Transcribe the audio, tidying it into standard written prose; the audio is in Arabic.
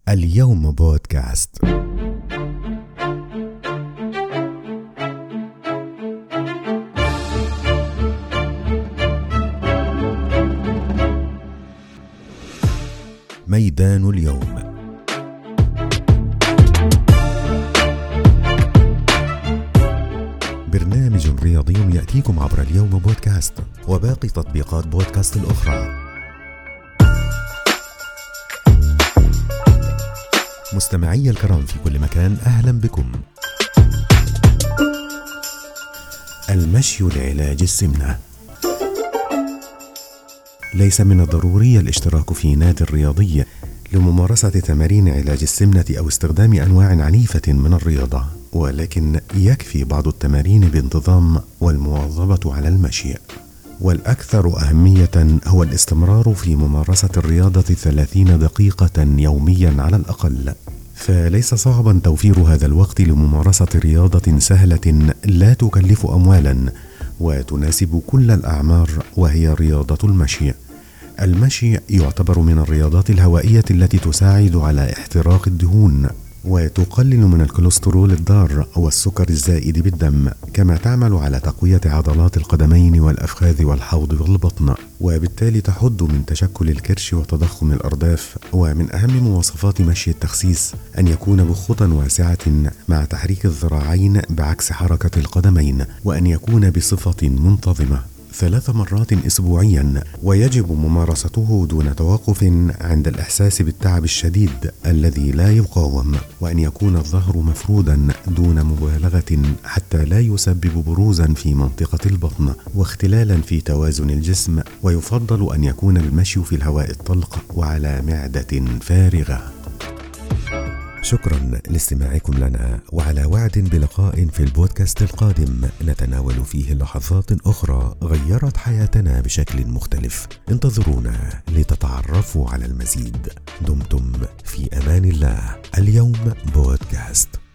اليوم بودكاست. ميدان اليوم. برنامج رياضي يأتيكم عبر اليوم بودكاست وباقي تطبيقات بودكاست الأخرى. مستمعي الكرام في كل مكان، أهلا بكم. المشي لعلاج السمنة. ليس من الضروري الاشتراك في نادي رياضي لممارسة تمارين علاج السمنة أو استخدام أنواع عنيفة من الرياضة، ولكن يكفي بعض التمارين بانتظام والمواظبة على المشي. والأكثر أهمية هو الاستمرار في ممارسة الرياضة 30 دقيقة يوميا على الأقل. فليس صعبا توفير هذا الوقت لممارسة رياضة سهلة لا تكلف أموالا وتناسب كل الأعمار، وهي رياضة المشي. المشي يعتبر من الرياضات الهوائية التي تساعد على احتراق الدهون وتقلل من الكوليسترول الضار والسكر الزائد بالدم، كما تعمل على تقوية عضلات القدمين والأفخاذ والحوض والبطن، وبالتالي تحد من تشكل الكرش وتضخم الأرداف. ومن أهم مواصفات مشي التخسيس أن يكون بخطى واسعة مع تحريك الذراعين بعكس حركة القدمين، وأن يكون بصفة منتظمة 3 مرات أسبوعيا، ويجب ممارسته دون توقف عند الإحساس بالتعب الشديد الذي لا يقاوم، وأن يكون الظهر مفرودا دون مبالغة حتى لا يسبب بروزا في منطقة البطن واختلالا في توازن الجسم. ويفضل أن يكون المشي في الهواء الطلق وعلى معدة فارغة. شكرا لاستماعكم لنا، وعلى وعد بلقاء في البودكاست القادم نتناول فيه لحظات أخرى غيرت حياتنا بشكل مختلف. انتظرونا لتتعرفوا على المزيد. دمتم في أمان الله. اليوم بودكاست.